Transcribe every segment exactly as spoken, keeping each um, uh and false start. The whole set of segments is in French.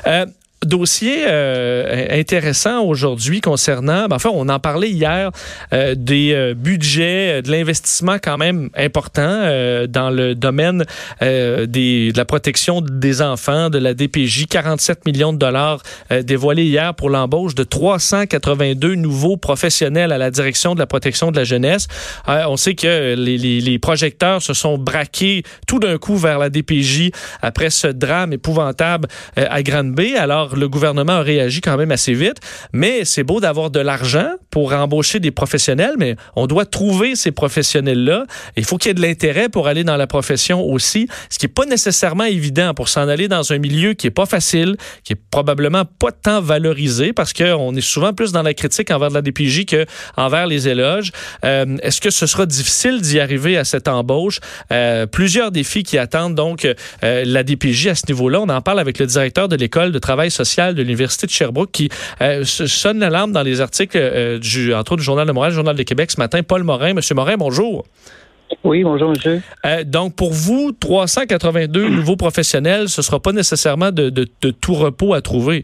Euh, Dossier euh, intéressant aujourd'hui concernant, ben, enfin on en parlait hier, euh, des euh, budgets, de l'investissement quand même important euh, dans le domaine euh, des, de la protection des enfants, de la D P J, quarante-sept millions de dollars euh, dévoilés hier pour l'embauche de trois cent quatre-vingt-deux nouveaux professionnels à la direction de la protection de la jeunesse. Euh, on sait que les, les, les projecteurs se sont braqués tout d'un coup vers la D P J après ce drame épouvantable euh, à Granby. Alors le gouvernement a réagi quand même assez vite, mais c'est beau d'avoir de l'argent pour embaucher des professionnels, mais on doit trouver ces professionnels-là. Il faut qu'il y ait de l'intérêt pour aller dans la profession aussi, ce qui n'est pas nécessairement évident pour s'en aller dans un milieu qui n'est pas facile, qui est probablement pas tant valorisé, parce qu'on est souvent plus dans la critique envers la D P J qu'envers les éloges. Euh, est-ce que ce sera difficile d'y arriver à cette embauche? Euh, plusieurs défis qui attendent donc euh, la D P J à ce niveau-là. On en parle avec le directeur de l'École de travail social de l'Université de Sherbrooke qui euh, sonne l'alarme dans les articles, euh, du, entre autres du Journal de Montréal, du Journal de Québec ce matin. Paul Morin. Monsieur Morin, bonjour. Oui, bonjour, monsieur. Euh, donc, pour vous, trois cent quatre-vingt-deux nouveaux professionnels, ce ne sera pas nécessairement de, de, de tout repos à trouver.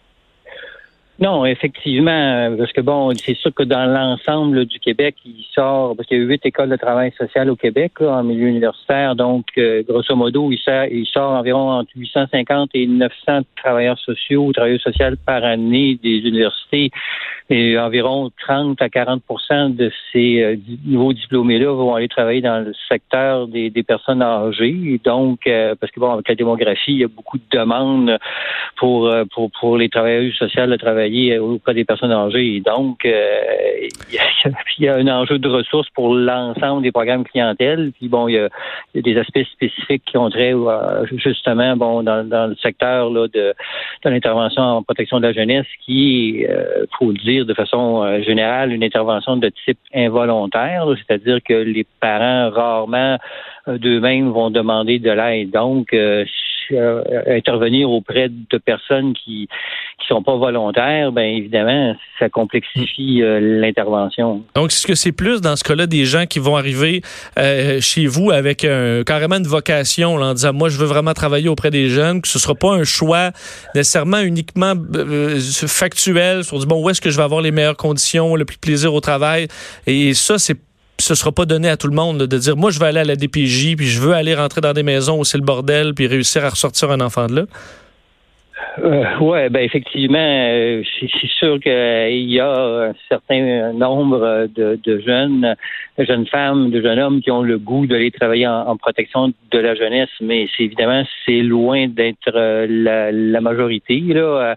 Non, effectivement, parce que bon, c'est sûr que dans l'ensemble du Québec, il sort, parce qu'il y a huit écoles de travail social au Québec, là, en milieu universitaire, donc euh, grosso modo, il sort, il sort environ entre huit cent cinquante et neuf cents travailleurs sociaux ou travailleurs sociaux par année des universités, et environ trente à quarante pour cent de ces euh, nouveaux diplômés-là vont aller travailler dans le secteur des, des personnes âgées, donc, euh, parce que bon, avec la démographie, il y a beaucoup de demandes pour, pour, pour les travailleurs sociaux de travailler auprès des personnes âgées. Et donc, euh, il, y a, il y a un enjeu de ressources pour l'ensemble des programmes clientèle. Puis bon, il y a, il y a des aspects spécifiques qui ont trait euh, justement bon dans, dans le secteur là, de, de l'intervention en protection de la jeunesse qui, euh, faut le dire de façon euh, générale, une intervention de type involontaire, là, c'est-à-dire que les parents rarement euh, d'eux-mêmes vont demander de l'aide. Donc, euh, euh, intervenir auprès de personnes qui qui sont pas volontaires, bien évidemment, ça complexifie euh, l'intervention. Donc, est-ce que c'est plus dans ce cas-là des gens qui vont arriver euh, chez vous avec un, carrément une vocation là, en disant « Moi, je veux vraiment travailler auprès des jeunes », que ce ne sera pas un choix nécessairement uniquement euh, factuel sur « Bon, où est-ce que je vais avoir les meilleures conditions, le plus de plaisir au travail », et ça, c'est ce sera pas donné à tout le monde là, de dire « Moi, je vais aller à la D P J, puis je veux aller rentrer dans des maisons où c'est le bordel, puis réussir à ressortir un enfant de là ». Euh, ouais, ben effectivement, euh, c'est, c'est sûr qu'il euh, y a un certain nombre de, de jeunes, de jeunes femmes, de jeunes hommes qui ont le goût d'aller travailler en, en protection de la jeunesse, mais c'est évidemment c'est loin d'être euh, la, la majorité là. Euh,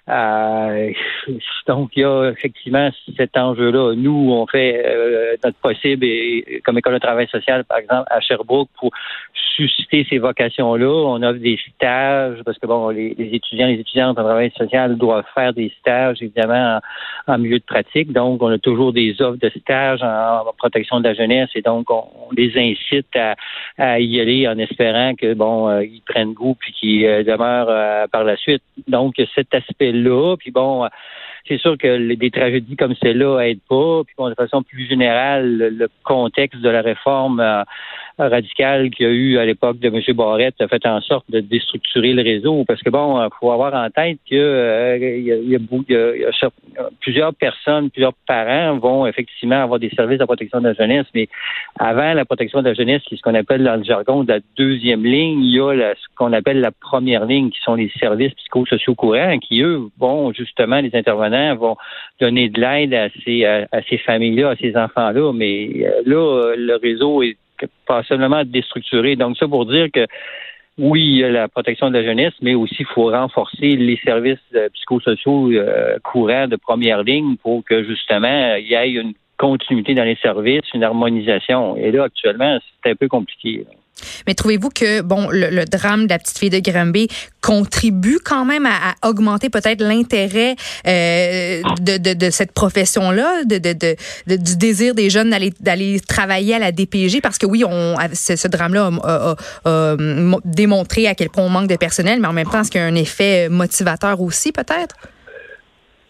Euh, donc, il y a effectivement cet enjeu-là. Nous, on fait euh, notre possible, et, comme École de travail social, par exemple, à Sherbrooke, pour susciter ces vocations-là. On offre des stages, parce que, bon, les, les étudiants, les étudiantes en travail social doivent faire des stages, évidemment, en, en milieu de pratique. Donc, on a toujours des offres de stages en, en protection de la jeunesse, et donc, on, on les incite à, à y aller en espérant que, bon, euh, ils prennent goût puis qu'ils euh, demeurent euh, par la suite. Donc, cet aspect-là, là, puis bon, c'est sûr que des tragédies comme celle-là aident pas. Puis bon, de façon plus générale, le, le contexte de la réforme euh, radicale qu'il y a eu à l'époque de M. Barrette a fait en sorte de déstructurer le réseau. Parce que bon, il faut avoir en tête que euh, il y a, il y a, il y a, il y a plusieurs personnes, plusieurs parents vont effectivement avoir des services de protection de la jeunesse, mais avant la protection de la jeunesse, qui est ce qu'on appelle dans le jargon de la deuxième ligne, il y a la, ce qu'on appelle la première ligne, qui sont les services psychosociaux courants, qui eux vont justement, les intervenants vont donner de l'aide à ces, à, à ces familles-là, à ces enfants-là, mais euh, là, le réseau est pas seulement déstructuré. Donc ça pour dire que oui, il y a la protection de la jeunesse, mais aussi il faut renforcer les services euh, psychosociaux euh, courants de première ligne pour que justement il y ait une continuité dans les services, une harmonisation. Et là, actuellement, c'est un peu compliqué. Là. Mais trouvez-vous que bon, le, le drame de la petite fille de Granby contribue quand même à, à augmenter peut-être l'intérêt euh, de, de, de cette profession-là, de, de, de, de, du désir des jeunes d'aller, d'aller travailler à la D P J? Parce que oui, on, ce, ce drame-là a, a, a, a démontré à quel point on manque de personnel, mais en même temps, est-ce qu'il y a un effet motivateur aussi, peut-être?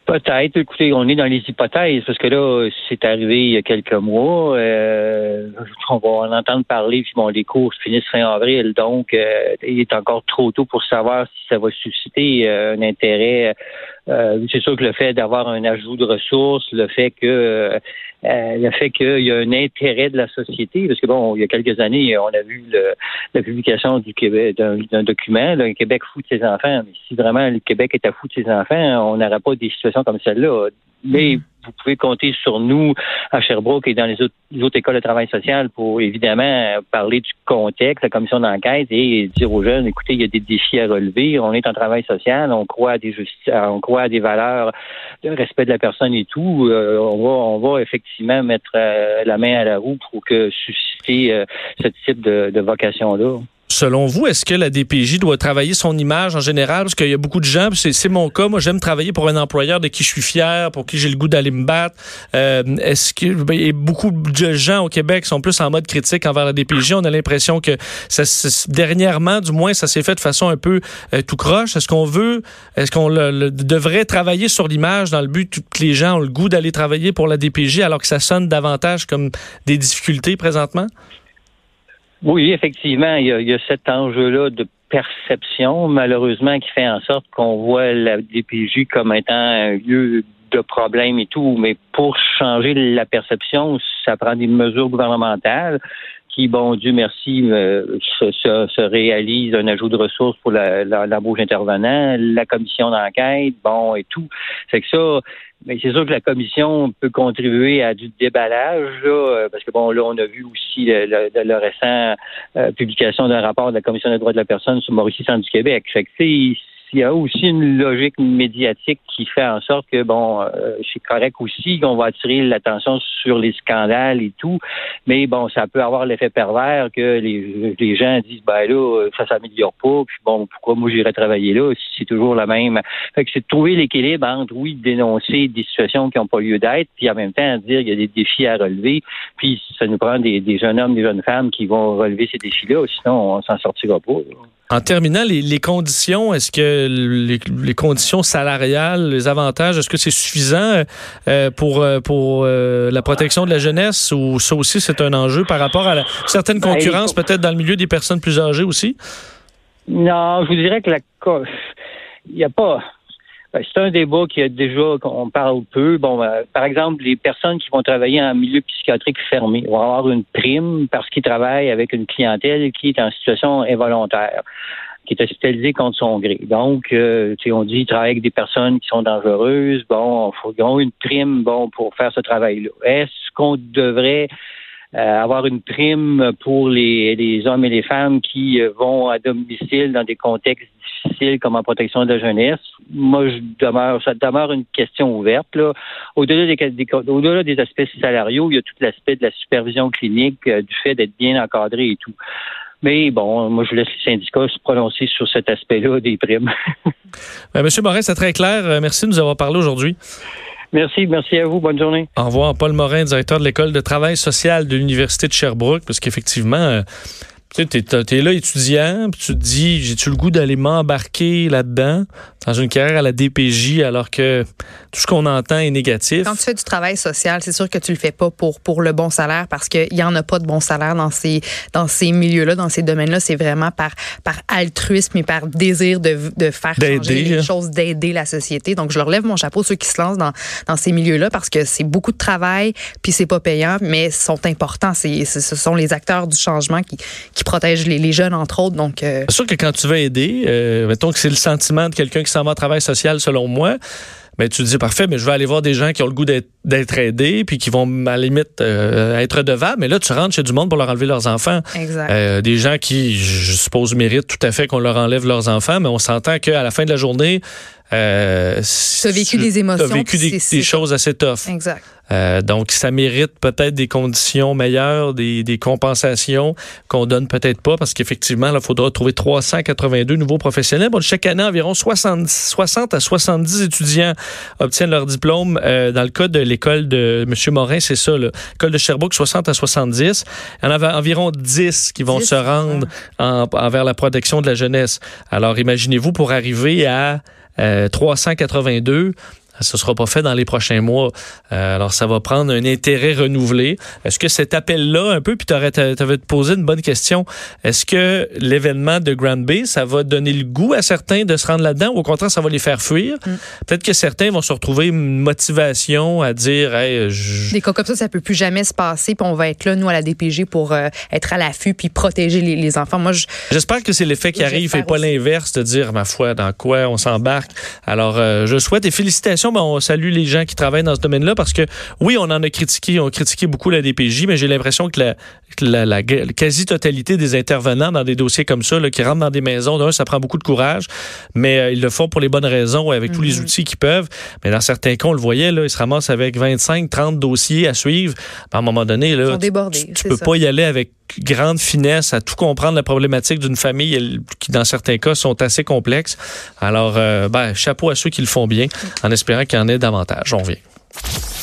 Peut-être. Écoutez, on est dans les hypothèses parce que là, c'est arrivé il y a quelques mois. Euh, on va en entendre parler. Puis bon, les cours finissent fin avril, donc euh, il est encore trop tôt pour savoir si ça va susciter euh, un intérêt. Euh, c'est sûr que le fait d'avoir un ajout de ressources, le fait que euh, le fait qu'il y a un intérêt de la société, parce que bon, il y a quelques années, on a vu le, la publication du Québec d'un, d'un document, là, le Québec fout de ses enfants. Mais si vraiment le Québec est à fou de ses enfants, on n'aurait pas des situations comme celle-là. Mais vous pouvez compter sur nous à Sherbrooke et dans les autres, les autres écoles de travail social pour évidemment parler du contexte, la commission d'enquête et dire aux jeunes, écoutez, il y a des défis à relever, on est en travail social, on croit à des justi- on croit à des valeurs de respect de la personne et tout. Euh, on va on va effectivement mettre euh, la main à la roue pour que susciter euh, ce type de, de vocation-là. Selon vous, est-ce que la D P J doit travailler son image en général? Parce qu'il y a beaucoup de gens, c'est, c'est mon cas, moi j'aime travailler pour un employeur de qui je suis fier, pour qui j'ai le goût d'aller me battre. Euh, est-ce que ben, y a beaucoup de gens au Québec sont plus en mode critique envers la D P J? On a l'impression que ça, ça, dernièrement, du moins, ça s'est fait de façon un peu euh, tout croche. Est-ce qu'on veut, est-ce qu'on le, le, devrait travailler sur l'image dans le but que les gens ont le goût d'aller travailler pour la D P J alors que ça sonne davantage comme des difficultés présentement? Oui, effectivement, il y a, il y a cet enjeu-là de perception, malheureusement, qui fait en sorte qu'on voit la D P J comme étant un lieu de problème et tout. Mais pour changer la perception, ça prend des mesures gouvernementales qui, bon Dieu merci, euh, se, se, se réalise un ajout de ressources pour la, la, l'embauche d'intervenants, la commission d'enquête, bon, et tout. C'est que ça... Mais c'est sûr que la commission peut contribuer à du déballage, là, parce que bon, là, on a vu aussi le, le, le récent euh, publication d'un rapport de la Commission des droits de la personne sur Mauricie Centre du Québec. Fait que tu sais, il y a aussi une logique médiatique qui fait en sorte que, bon, euh, c'est correct aussi qu'on va attirer l'attention sur les scandales et tout, mais bon, ça peut avoir l'effet pervers que les, les gens disent, ben là, ça s'améliore pas, puis bon, pourquoi moi j'irais travailler là si c'est toujours la même. Fait que c'est de trouver l'équilibre entre, oui, dénoncer des situations qui n'ont pas lieu d'être, puis en même temps dire qu'il y a des défis à relever, puis ça nous prend des, des jeunes hommes, des jeunes femmes qui vont relever ces défis-là, sinon on s'en sortira pas, là. En terminant, les, les conditions, est-ce que les, les conditions salariales, les avantages, est-ce que c'est suffisant euh, pour pour euh, la protection de la jeunesse ou ça aussi c'est un enjeu par rapport à la, certaines concurrences ben, peut-être dans le milieu des personnes plus âgées aussi? Non, je vous dirais que la il n'y a pas... Ben, c'est un débat qui a déjà, on parle peu. Bon, euh, par exemple, les personnes qui vont travailler en milieu psychiatrique fermé vont avoir une prime parce qu'ils travaillent avec une clientèle qui est en situation involontaire, qui est hospitalisée contre son gré. Donc, euh, tu sais, on dit qu'ils travaillent avec des personnes qui sont dangereuses. Bon, ils ont une prime, bon, pour faire ce travail-là. Est-ce qu'on devrait Euh, avoir une prime pour les, les hommes et les femmes qui euh, vont à domicile dans des contextes difficiles comme en protection de la jeunesse? Moi, je demeure, ça demeure une question ouverte, là. Au-delà des, des, au-delà des aspects salariaux, il y a tout l'aspect de la supervision clinique, euh, du fait d'être bien encadré et tout. Mais bon, moi, je laisse les syndicats se prononcer sur cet aspect-là des primes. Ben, Monsieur Morin, c'est très clair. Merci de nous avoir parlé aujourd'hui. Merci, merci à vous. Bonne journée. Au revoir. Paul Morin, directeur de l'École de travail social de l'Université de Sherbrooke, parce qu'effectivement, euh, tu sais, t'es, t'es là étudiant, puis tu te dis, j'ai-tu le goût d'aller m'embarquer là-dedans, dans une carrière à la D P J, alors que tout ce qu'on entend est négatif. Quand tu fais du travail social, c'est sûr que tu le fais pas pour pour le bon salaire, parce qu'il y en a pas de bon salaire dans ces dans ces milieux-là, dans ces domaines-là. C'est vraiment par par altruisme et par désir de de faire d'aider, changer les hein. choses, d'aider la société. Donc, je leur lève mon chapeau, ceux qui se lancent dans dans ces milieux-là, parce que c'est beaucoup de travail, puis c'est pas payant, mais sont importants. C'est, c'est ce sont les acteurs du changement qui qui protègent les, les jeunes, entre autres. Donc, euh... c'est sûr que quand tu vas aider, euh, mettons que c'est le sentiment de quelqu'un qui s'en va au travail social, selon moi, ben, tu te dis, parfait, mais je vais aller voir des gens qui ont le goût d'être, d'être aidés, puis qui vont, à la limite, euh, être redevables. Mais là, tu rentres chez du monde pour leur enlever leurs enfants. Exact. Euh, des gens qui, je suppose, méritent tout à fait qu'on leur enlève leurs enfants, mais on s'entend qu'à la fin de la journée, euh, tu as vécu des émotions. Tu as vécu des, des choses assez tough. Exact. Euh, donc, ça mérite peut-être des conditions meilleures, des, des compensations qu'on donne peut-être pas, parce qu'effectivement, il faudra trouver trois cent quatre-vingt-deux nouveaux professionnels. Bon, chaque année, environ soixante, soixante à soixante-dix étudiants obtiennent leur diplôme. Euh, dans le cas de l'école de M. Morin, c'est ça, là. L'école de Sherbrooke, soixante à soixante-dix. Il y en a environ dix qui vont dix, se rendre en, envers la protection de la jeunesse. Alors, imaginez-vous, pour arriver à euh, trois cent quatre-vingt-deux, ce ne sera pas fait dans les prochains mois. Euh, alors, ça va prendre un intérêt renouvelé. Est-ce que cet appel-là, un peu, puis tu avais te posé une bonne question, est-ce que l'événement de Granby, ça va donner le goût à certains de se rendre là-dedans ou au contraire, ça va les faire fuir? Mm. Peut-être que certains vont se retrouver une motivation à dire... Hey, je... Des cas comme ça, ça peut plus jamais se passer, puis on va être là, nous, à la D P J, pour euh, être à l'affût puis protéger les, les enfants. Moi, je... J'espère que c'est l'effet qui arrive et pas aussi. L'inverse, de dire, ma foi, dans quoi on s'embarque. Alors, euh, je souhaite et félicitations. Ben, on salue les gens qui travaillent dans ce domaine-là parce que, oui, on en a critiqué, on a critiqué beaucoup la D P J, mais j'ai l'impression que la, la, la, la quasi-totalité des intervenants dans des dossiers comme ça, là, qui rentrent dans des maisons, d'un, ça prend beaucoup de courage, mais euh, ils le font pour les bonnes raisons, avec mm-hmm. tous les outils qu'ils peuvent. Mais dans certains cas, on le voyait, là, ils se ramassent avec vingt-cinq, trente dossiers à suivre. Ben, à un moment donné, là, tu, tu peux ça. pas y aller avec grande finesse à tout comprendre la problématique d'une famille elle, qui, dans certains cas, sont assez complexes. Alors, euh, ben, chapeau à ceux qui le font bien, en espérant qu'il y en ait davantage. On revient.